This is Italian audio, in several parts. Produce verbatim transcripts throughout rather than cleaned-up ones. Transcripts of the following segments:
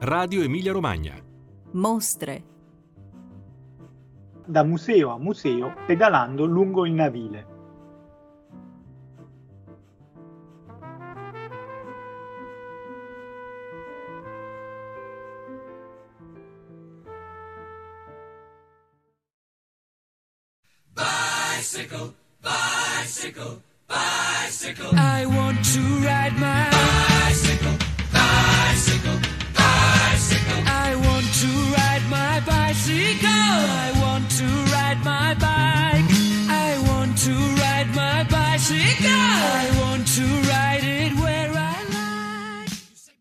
Radio Emilia Romagna. Mostre. Da museo a museo, pedalando lungo il Navile. Bicycle, bicycle, bicycle. I want to ride my bicycle, bicycle, bicycle. I want to ride my bicycle. I want to ride my bike. I want to ride my bicycle. I want to ride it where I like.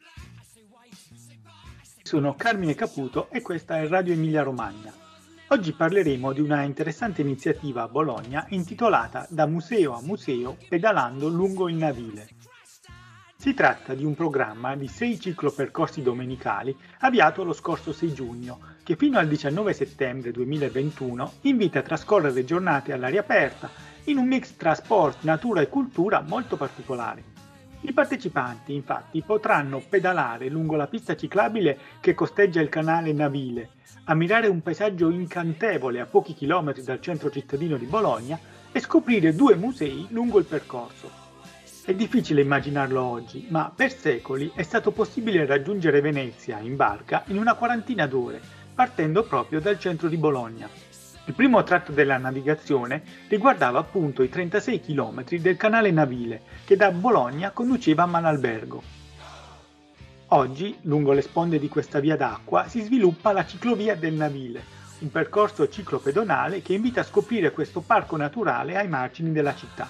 Sono Carmine Caputo e questa è Radio Emilia Romagna. Oggi parleremo di una interessante iniziativa a Bologna intitolata Da museo a museo, pedalando lungo il Navile. Si tratta di un programma di sei ciclopercorsi domenicali avviato lo scorso sei giugno, che fino al diciannove settembre duemilaventuno invita a trascorrere giornate all'aria aperta in un mix tra sport, natura e cultura molto particolare. I partecipanti, infatti, potranno pedalare lungo la pista ciclabile che costeggia il canale Navile, ammirare un paesaggio incantevole a pochi chilometri dal centro cittadino di Bologna e scoprire due musei lungo il percorso. È difficile immaginarlo oggi, ma per secoli è stato possibile raggiungere Venezia in barca in una quarantina d'ore, partendo proprio dal centro di Bologna. Il primo tratto della navigazione riguardava appunto i trentasei chilometri del canale Navile, che da Bologna conduceva a Malalbergo. Oggi, lungo le sponde di questa via d'acqua, si sviluppa la ciclovia del Navile, un percorso ciclopedonale che invita a scoprire questo parco naturale ai margini della città.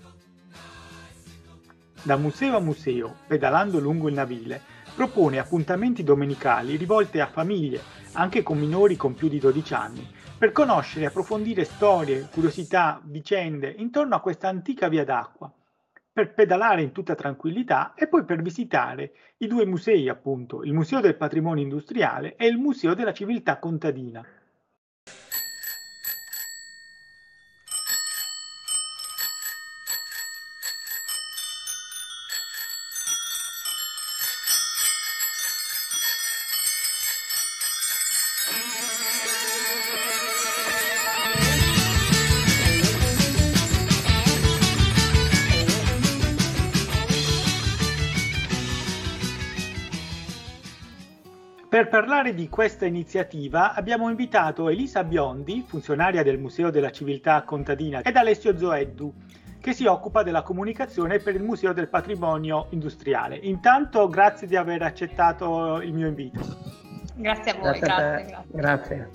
Da museo a museo, pedalando lungo il Navile, propone appuntamenti domenicali rivolti a famiglie, anche con minori con più di dodici anni, per conoscere e approfondire storie, curiosità, vicende intorno a questa antica via d'acqua, per pedalare in tutta tranquillità e poi per visitare i due musei, appunto, il Museo del Patrimonio Industriale e il Museo della Civiltà Contadina. Per parlare di questa iniziativa abbiamo invitato Elisa Biondi, funzionaria del Museo della Civiltà Contadina, ed Alessio Zoeddu, che si occupa della comunicazione per il Museo del Patrimonio Industriale. Intanto grazie di aver accettato il mio invito. Grazie a voi, grazie. grazie. grazie. grazie.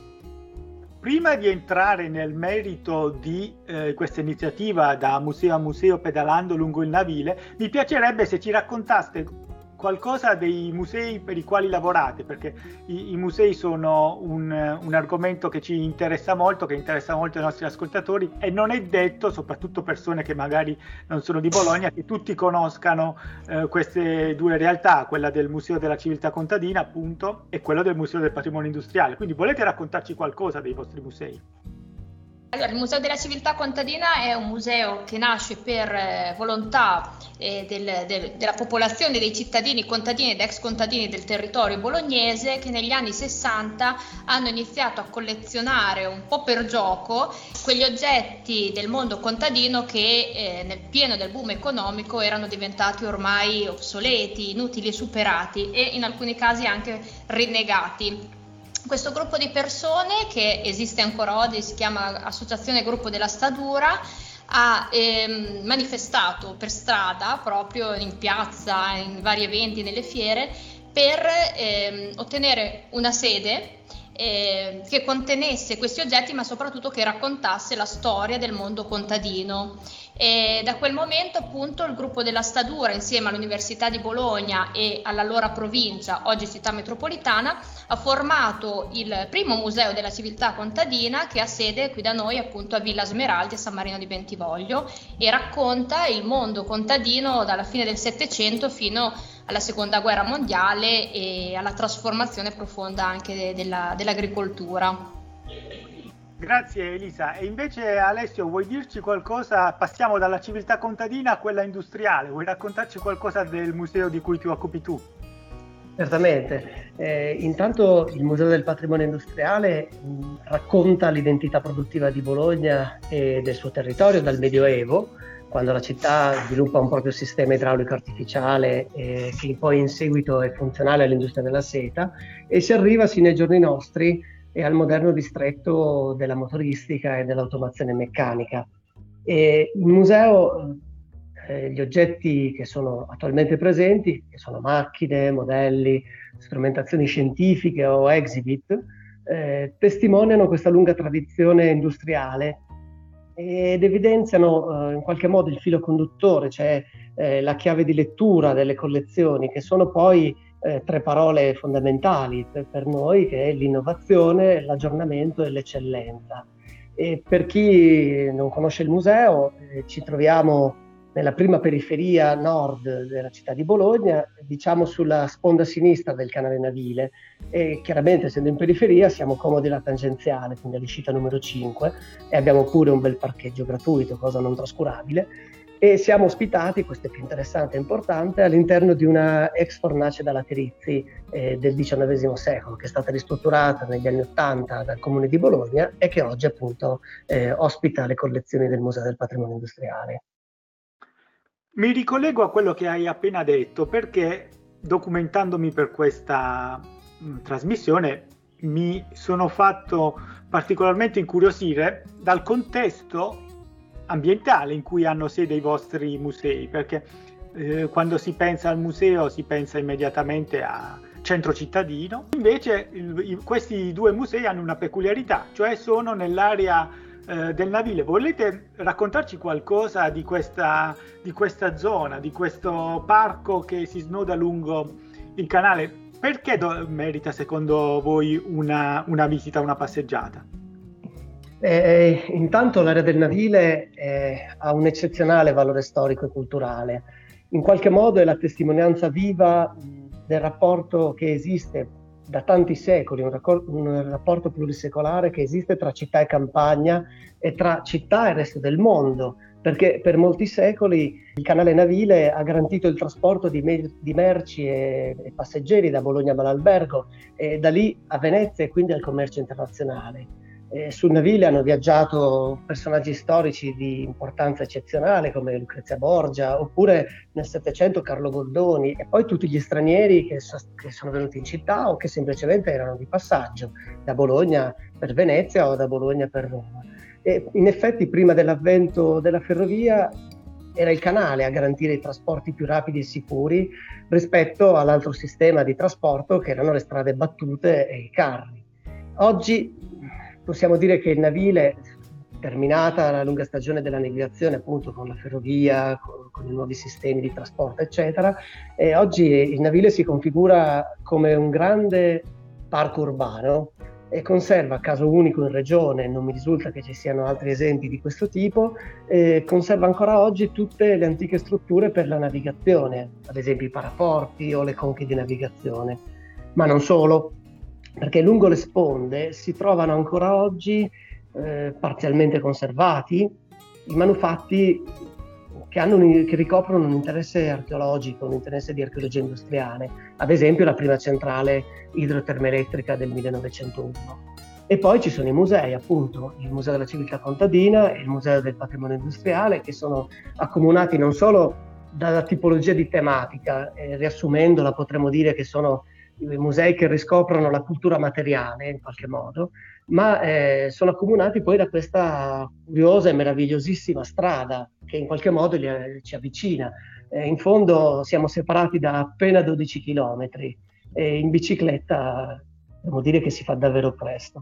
Prima di entrare nel merito di eh, questa iniziativa Da museo a museo, pedalando lungo il Navile, mi piacerebbe se ci raccontaste qualcosa dei musei per i quali lavorate, perché i, i musei sono un, un argomento che ci interessa molto, che interessa molto ai nostri ascoltatori, e non è detto, soprattutto persone che magari non sono di Bologna, che tutti conoscano eh, queste due realtà, quella del Museo della Civiltà Contadina, appunto, e quello del Museo del Patrimonio Industriale. Quindi volete raccontarci qualcosa dei vostri musei? Allora, il Museo della Civiltà Contadina è un museo che nasce per eh, volontà eh, del, del, della popolazione, dei cittadini contadini ed ex contadini del territorio bolognese, che negli anni sessanta hanno iniziato a collezionare un po' per gioco quegli oggetti del mondo contadino che eh, nel pieno del boom economico erano diventati ormai obsoleti, inutili e superati, e in alcuni casi anche rinnegati. Questo gruppo di persone, che esiste ancora oggi, si chiama Associazione Gruppo della Stadura, ha ehm, manifestato per strada, proprio in piazza, in vari eventi, nelle fiere, per ehm, ottenere una sede eh, che contenesse questi oggetti, ma soprattutto che raccontasse la storia del mondo contadino. E da quel momento, appunto, il gruppo della Stadura, insieme all'Università di Bologna e all'allora provincia, oggi città metropolitana, ha formato il primo museo della civiltà contadina, che ha sede qui da noi, appunto, a Villa Smeraldi, a San Marino di Bentivoglio, e racconta il mondo contadino dalla fine del Settecento fino alla Seconda Guerra Mondiale e alla trasformazione profonda anche de- della, dell'agricoltura. Grazie Elisa. E invece Alessio, vuoi dirci qualcosa? Passiamo dalla civiltà contadina a quella industriale. Vuoi raccontarci qualcosa del museo di cui ti occupi tu? Certamente. Eh, intanto il Museo del Patrimonio Industriale mh, racconta l'identità produttiva di Bologna e del suo territorio dal Medioevo, quando la città sviluppa un proprio sistema idraulico artificiale eh, che poi in seguito è funzionale all'industria della seta, e si arriva sino ai giorni nostri e al moderno distretto della motoristica e dell'automazione meccanica. E il museo, eh, gli oggetti che sono attualmente presenti, che sono macchine, modelli, strumentazioni scientifiche o exhibit, eh, testimoniano questa lunga tradizione industriale ed evidenziano eh, in qualche modo il filo conduttore, cioè eh, la chiave di lettura delle collezioni, che sono poi eh, tre parole fondamentali per, per noi, che è l'innovazione, l'aggiornamento e l'eccellenza. E per chi non conosce il museo, eh, ci troviamo nella prima periferia nord della città di Bologna, diciamo sulla sponda sinistra del canale Navile, e chiaramente essendo in periferia siamo comodi alla tangenziale, quindi all'uscita numero cinque, e abbiamo pure un bel parcheggio gratuito, cosa non trascurabile, e siamo ospitati, questo è più interessante e importante, all'interno di una ex fornace da laterizi eh, del diciannovesimo secolo, che è stata ristrutturata negli anni ottanta dal Comune di Bologna e che oggi appunto eh, ospita le collezioni del Museo del Patrimonio Industriale. Mi ricollego a quello che hai appena detto, perché documentandomi per questa mh, trasmissione mi sono fatto particolarmente incuriosire dal contesto ambientale in cui hanno sede i vostri musei, perché eh, quando si pensa al museo si pensa immediatamente a centro cittadino, invece il, i, questi due musei hanno una peculiarità, cioè sono nell'area eh, del Navile. Volete raccontarci qualcosa di questa, di questa zona, di questo parco che si snoda lungo il canale? Perché do, merita secondo voi una, una visita, una passeggiata? Eh, intanto l'area del Navile eh, ha un eccezionale valore storico e culturale. In qualche modo è la testimonianza viva del rapporto che esiste da tanti secoli, un, raccor- un rapporto plurisecolare che esiste tra città e campagna e tra città e il resto del mondo, perché per molti secoli il canale Navile ha garantito il trasporto di, me- di merci e-, e passeggeri da Bologna a Malalbergo e da lì a Venezia e quindi al commercio internazionale. Eh, sul Navile hanno viaggiato personaggi storici di importanza eccezionale come Lucrezia Borgia, oppure nel Settecento Carlo Goldoni, e poi tutti gli stranieri che, so- che sono venuti in città o che semplicemente erano di passaggio da Bologna per Venezia o da Bologna per Roma. E in effetti prima dell'avvento della ferrovia era il canale a garantire i trasporti più rapidi e sicuri rispetto all'altro sistema di trasporto che erano le strade battute e i carri. Oggi possiamo dire che il Navile, terminata la lunga stagione della navigazione appunto con la ferrovia, con, con i nuovi sistemi di trasporto eccetera, e oggi il Navile si configura come un grande parco urbano e conserva, caso unico in regione, non mi risulta che ci siano altri esempi di questo tipo, eh, conserva ancora oggi tutte le antiche strutture per la navigazione, ad esempio i paraporti o le conche di navigazione, ma non solo, perché lungo le sponde si trovano ancora oggi eh, parzialmente conservati i manufatti che, hanno un, che ricoprono un interesse archeologico, un interesse di archeologia industriale, ad esempio la prima centrale idrotermoelettrica del millenovecentouno. E poi ci sono i musei, appunto, il Museo della Civiltà Contadina e il Museo del Patrimonio Industriale, che sono accomunati non solo dalla tipologia di tematica, eh, riassumendola potremmo dire che sono i musei che riscoprono la cultura materiale in qualche modo, ma eh, sono accomunati poi da questa curiosa e meravigliosissima strada che in qualche modo li, ci avvicina. Eh, in fondo siamo separati da appena dodici chilometri e in bicicletta dobbiamo dire che si fa davvero presto.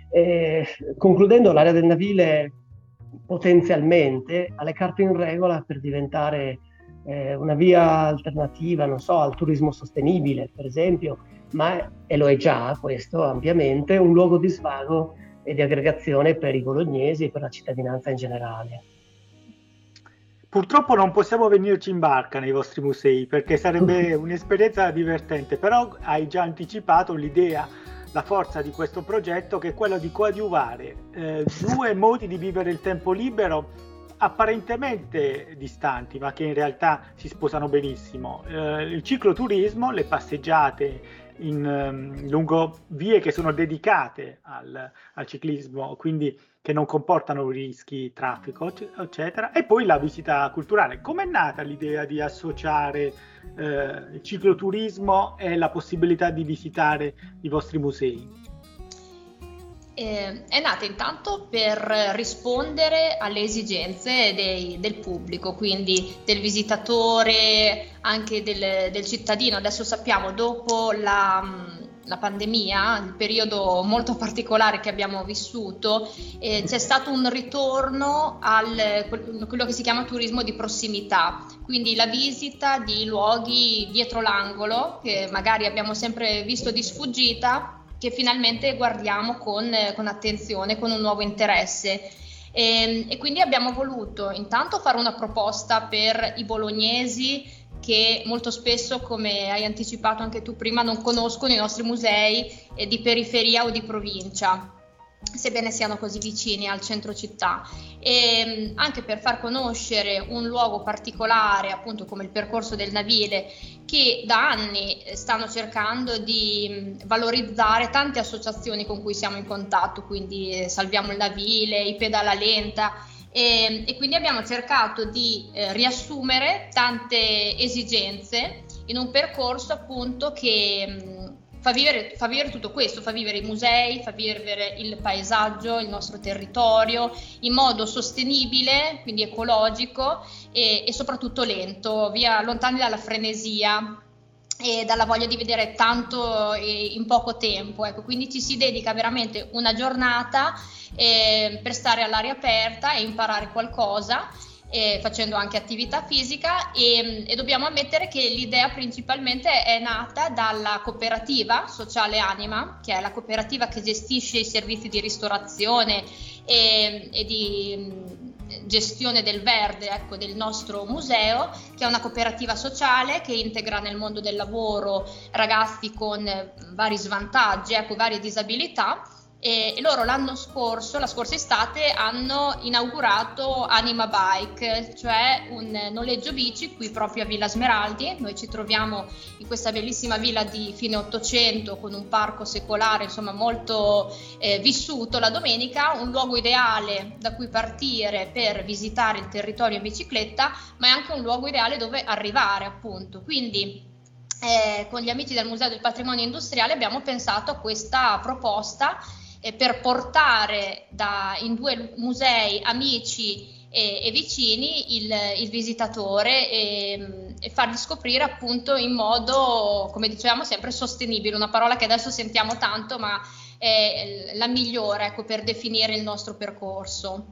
Eh, concludendo, l'area del Navile potenzialmente ha le carte in regola per diventare Eh, una via alternativa, non so, al turismo sostenibile, per esempio, ma, e lo è già questo ampiamente, un luogo di svago e di aggregazione per i bolognesi e per la cittadinanza in generale. Purtroppo non possiamo venirci in barca nei vostri musei perché sarebbe un'esperienza divertente, però hai già anticipato l'idea, la forza di questo progetto, che è quello di coadiuvare eh, due modi di vivere il tempo libero apparentemente distanti, ma che in realtà si sposano benissimo. Eh, il cicloturismo, le passeggiate in, um, lungo vie che sono dedicate al, al ciclismo, quindi che non comportano rischi, traffico, eccetera, e poi la visita culturale. Com'è nata l'idea di associare eh, il cicloturismo e la possibilità di visitare i vostri musei? Eh, è nata intanto per rispondere alle esigenze dei, del pubblico, quindi del visitatore, anche del, del cittadino. Adesso sappiamo, dopo la, la pandemia, il periodo molto particolare che abbiamo vissuto, eh, c'è stato un ritorno al quello che si chiama turismo di prossimità, quindi la visita di luoghi dietro l'angolo che magari abbiamo sempre visto di sfuggita, che finalmente guardiamo con, con attenzione, con un nuovo interesse. E, e quindi abbiamo voluto intanto fare una proposta per i bolognesi che molto spesso, come hai anticipato anche tu prima, non conoscono i nostri musei eh, di periferia o di provincia, sebbene siano così vicini al centro città, e anche per far conoscere un luogo particolare, appunto come il percorso del Navile, che da anni stanno cercando di valorizzare tante associazioni con cui siamo in contatto, quindi Salviamo il Navile, i Pedala Lenta, e, e quindi abbiamo cercato di eh, riassumere tante esigenze in un percorso appunto che mh, Fa vivere, fa vivere tutto questo, fa vivere i musei, fa vivere il paesaggio, il nostro territorio in modo sostenibile, quindi ecologico e, e soprattutto lento, via lontani dalla frenesia e dalla voglia di vedere tanto in poco tempo. Ecco, quindi ci si dedica veramente una giornata eh, per stare all'aria aperta e imparare qualcosa, Eh, facendo anche attività fisica e, e dobbiamo ammettere che l'idea principalmente è nata dalla cooperativa Sociale Anima, che è la cooperativa che gestisce i servizi di ristorazione e, e di mh, gestione del verde, ecco, del nostro museo, che è una cooperativa sociale che integra nel mondo del lavoro ragazzi con vari svantaggi, ecco, varie disabilità. E loro l'anno scorso, la scorsa estate, hanno inaugurato Anima Bike, cioè un noleggio bici qui proprio a Villa Smeraldi. Noi ci troviamo in questa bellissima villa di fine Ottocento con un parco secolare, insomma molto eh, vissuto la domenica, un luogo ideale da cui partire per visitare il territorio in bicicletta, ma è anche un luogo ideale dove arrivare, appunto. Quindi eh, con gli amici del Museo del Patrimonio Industriale abbiamo pensato a questa proposta per portare da, in due musei amici e, e vicini il, il visitatore e, e fargli scoprire appunto in modo, come dicevamo sempre, sostenibile, una parola che adesso sentiamo tanto ma è la migliore, ecco, per definire il nostro percorso.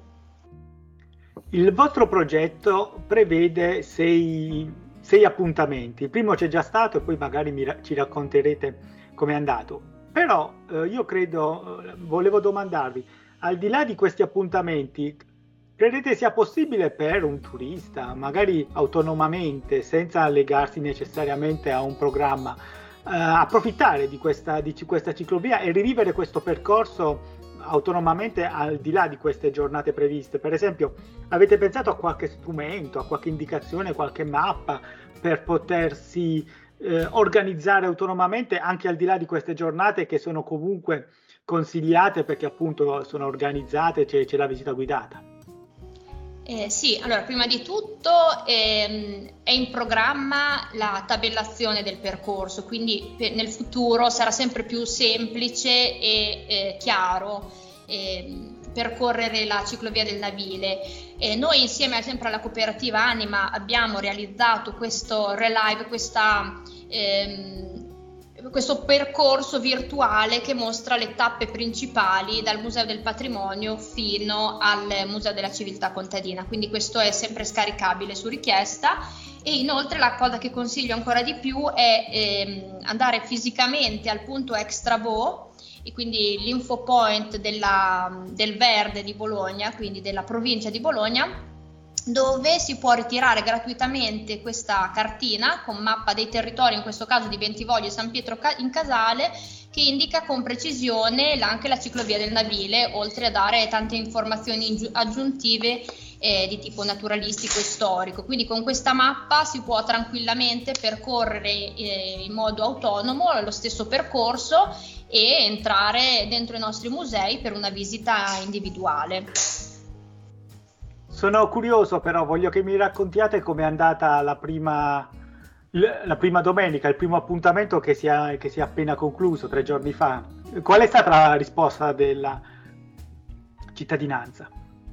Il vostro progetto prevede sei, sei appuntamenti, il primo c'è già stato e poi magari mi, ci racconterete com'è andato. Però eh, io credo, eh, volevo domandarvi, al di là di questi appuntamenti, credete sia possibile per un turista, magari autonomamente, senza legarsi necessariamente a un programma, eh, approfittare di questa, di questa ciclovia e rivivere questo percorso autonomamente al di là di queste giornate previste? Per esempio, avete pensato a qualche strumento, a qualche indicazione, qualche mappa per potersi Eh, organizzare autonomamente anche al di là di queste giornate che sono comunque consigliate perché appunto sono organizzate, c'è, c'è la visita guidata? Eh, sì, allora prima di tutto ehm, è in programma la tabellazione del percorso, quindi per, nel futuro sarà sempre più semplice e eh, chiaro ehm, percorrere la ciclovia del Navile. E noi insieme sempre alla cooperativa Anima abbiamo realizzato questo relive, questa, ehm, questo percorso virtuale che mostra le tappe principali dal Museo del Patrimonio fino al Museo della Civiltà Contadina, quindi questo è sempre scaricabile su richiesta. E inoltre la cosa che consiglio ancora di più è ehm, andare fisicamente al punto Extrabo, e quindi l'info point della, del Verde di Bologna, quindi della provincia di Bologna, dove si può ritirare gratuitamente questa cartina con mappa dei territori, in questo caso di Bentivoglio e San Pietro in Casale, che indica con precisione anche la ciclovia del Navile, oltre a dare tante informazioni aggiuntive eh, di tipo naturalistico e storico. Quindi con questa mappa si può tranquillamente percorrere eh, in modo autonomo lo stesso percorso e entrare dentro i nostri musei per una visita individuale. Sono curioso, però voglio che mi raccontiate com'è andata la prima, la prima domenica, il primo appuntamento che si, è, che si è appena concluso tre giorni fa. Qual è stata la risposta della cittadinanza?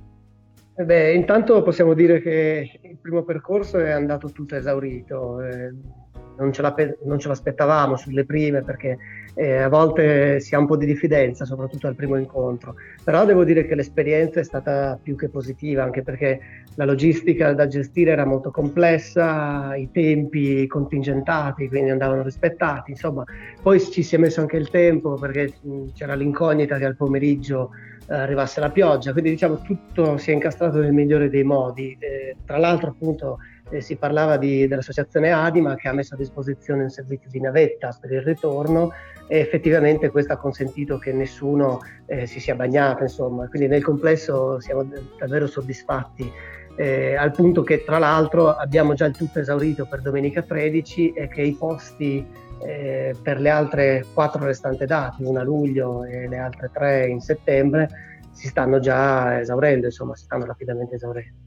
Eh beh, intanto possiamo dire che il primo percorso è andato tutto esaurito. Eh, non ce, non ce l'aspettavamo sulle prime, perché eh, a volte si ha un po' di diffidenza, soprattutto al primo incontro, però devo dire che l'esperienza è stata più che positiva, anche perché la logistica da gestire era molto complessa, i tempi contingentati, quindi andavano rispettati, insomma. Poi ci si è messo anche il tempo, perché mh, c'era l'incognita che al pomeriggio eh, arrivasse la pioggia, quindi diciamo tutto si è incastrato nel migliore dei modi. Eh, tra l'altro appunto Eh, si parlava di, dell'associazione Adima, che ha messo a disposizione un servizio di navetta per il ritorno, e effettivamente questo ha consentito che nessuno eh, si sia bagnato, insomma. Quindi nel complesso siamo davvero soddisfatti, eh, al punto che tra l'altro abbiamo già il tutto esaurito per domenica tredici e che i posti eh, per le altre quattro restanti date, una a luglio e le altre tre in settembre, si stanno già esaurendo, insomma, si stanno rapidamente esaurendo.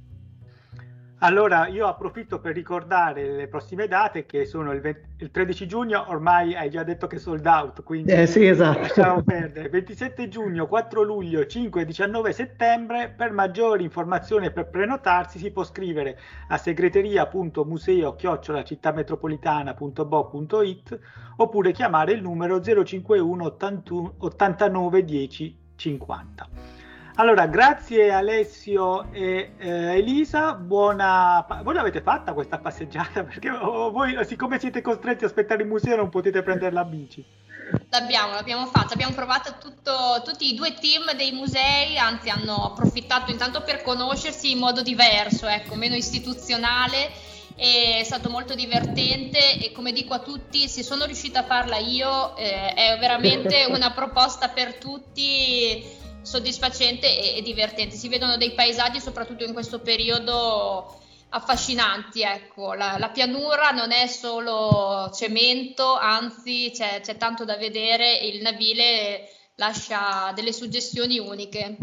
Allora, io approfitto per ricordare le prossime date, che sono il, venti, il tredici giugno, ormai hai già detto che è sold out, quindi eh, sì, esatto. lasciamo perdere. ventisette giugno, quattro luglio, cinque e diciannove settembre. Per maggiori informazioni e per prenotarsi si può scrivere a segreteria punto museo chiocciola cittametropolitana punto bo punto it oppure chiamare il numero zero cinquantuno ottantanove dieci cinquanta. Allora, grazie Alessio e eh, Elisa, buona... Voi l'avete fatta questa passeggiata? Perché oh, voi, siccome siete costretti a aspettare il museo, non potete prendere la bici. L'abbiamo, l'abbiamo fatta, abbiamo provato tutto, tutti i due team dei musei, anzi hanno approfittato intanto per conoscersi in modo diverso, ecco, meno istituzionale. È stato molto divertente e, come dico a tutti, se sono riuscita a farla io, eh, è veramente una proposta per tutti, soddisfacente e, e divertente. Si vedono dei paesaggi, soprattutto in questo periodo, affascinanti, ecco. La, la pianura non è solo cemento, anzi c'è, c'è tanto da vedere e il Navile lascia delle suggestioni uniche.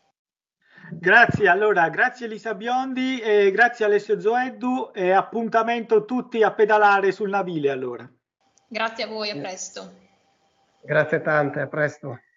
Grazie, allora, grazie Elisa Biondi e grazie Alessio Zoeddu, e appuntamento tutti a pedalare sul Navile allora. Grazie a voi, a presto. Grazie tante, a presto.